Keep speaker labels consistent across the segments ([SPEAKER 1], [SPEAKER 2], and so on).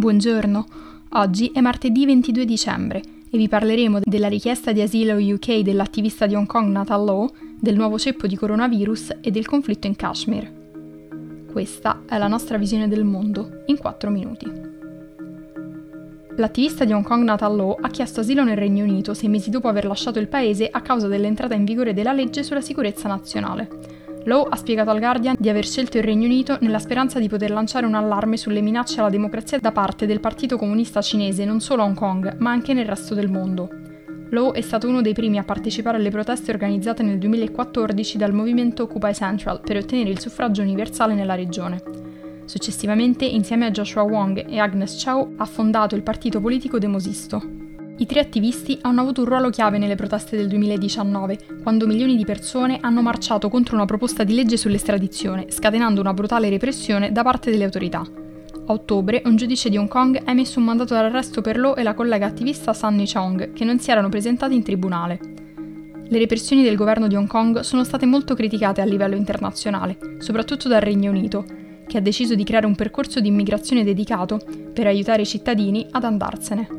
[SPEAKER 1] Buongiorno, oggi è martedì 22 dicembre e vi parleremo della richiesta di asilo UK dell'attivista di Hong Kong Natal Law, del nuovo ceppo di coronavirus e del conflitto in Kashmir. Questa è la nostra visione del mondo, in 4 minuti. L'attivista di Hong Kong Natal Law ha chiesto asilo nel Regno Unito 6 mesi dopo aver lasciato il paese a causa dell'entrata in vigore della legge sulla sicurezza nazionale. Law ha spiegato al Guardian di aver scelto il Regno Unito nella speranza di poter lanciare un allarme sulle minacce alla democrazia da parte del Partito Comunista Cinese non solo a Hong Kong, ma anche nel resto del mondo. Law è stato uno dei primi a partecipare alle proteste organizzate nel 2014 dal movimento Occupy Central per ottenere il suffragio universale nella regione. Successivamente, insieme a Joshua Wong e Agnes Chow, ha fondato il partito politico Demosisto. I 3 attivisti hanno avuto un ruolo chiave nelle proteste del 2019, quando milioni di persone hanno marciato contro una proposta di legge sull'estradizione, scatenando una brutale repressione da parte delle autorità. A ottobre, un giudice di Hong Kong ha emesso un mandato d'arresto per Law e la collega attivista Sunny Chong, che non si erano presentati in tribunale. Le repressioni del governo di Hong Kong sono state molto criticate a livello internazionale, soprattutto dal Regno Unito, che ha deciso di creare un percorso di immigrazione dedicato per aiutare i cittadini ad andarsene.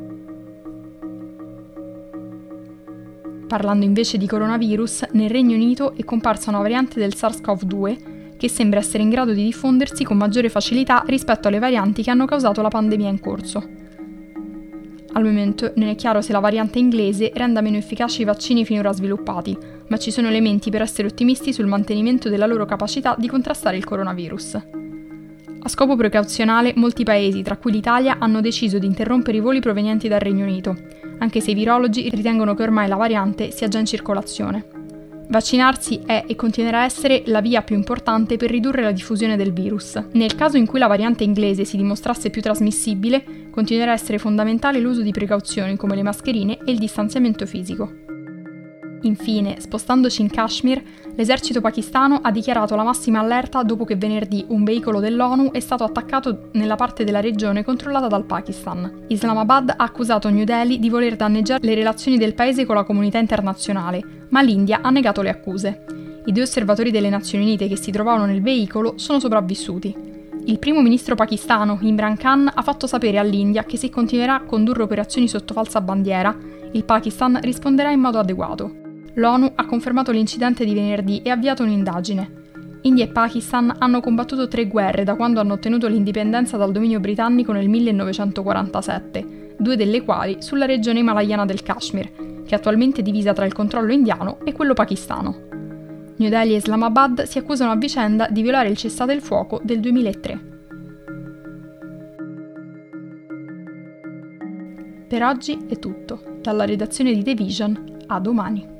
[SPEAKER 1] Parlando invece di coronavirus, nel Regno Unito è comparsa una variante del SARS-CoV-2 che sembra essere in grado di diffondersi con maggiore facilità rispetto alle varianti che hanno causato la pandemia in corso. Al momento non è chiaro se la variante inglese renda meno efficaci i vaccini finora sviluppati, ma ci sono elementi per essere ottimisti sul mantenimento della loro capacità di contrastare il coronavirus. A scopo precauzionale, molti paesi, tra cui l'Italia, hanno deciso di interrompere i voli provenienti dal Regno Unito, anche se i virologi ritengono che ormai la variante sia già in circolazione. Vaccinarsi è e continuerà a essere la via più importante per ridurre la diffusione del virus. Nel caso in cui la variante inglese si dimostrasse più trasmissibile, continuerà a essere fondamentale l'uso di precauzioni come le mascherine e il distanziamento fisico. Infine, spostandoci in Kashmir, l'esercito pakistano ha dichiarato la massima allerta dopo che venerdì un veicolo dell'ONU è stato attaccato nella parte della regione controllata dal Pakistan. Islamabad ha accusato New Delhi di voler danneggiare le relazioni del paese con la comunità internazionale, ma l'India ha negato le accuse. I 2 osservatori delle Nazioni Unite che si trovavano nel veicolo sono sopravvissuti. Il primo ministro pakistano, Imran Khan, ha fatto sapere all'India che se continuerà a condurre operazioni sotto falsa bandiera, il Pakistan risponderà in modo adeguato. L'ONU ha confermato l'incidente di venerdì e ha avviato un'indagine. India e Pakistan hanno combattuto 3 guerre da quando hanno ottenuto l'indipendenza dal dominio britannico nel 1947, 2 delle quali sulla regione himalayana del Kashmir, che attualmente è divisa tra il controllo indiano e quello pakistano. New Delhi e Islamabad si accusano a vicenda di violare il cessate il fuoco del 2003. Per oggi è tutto. Dalla redazione di The Vision, a domani.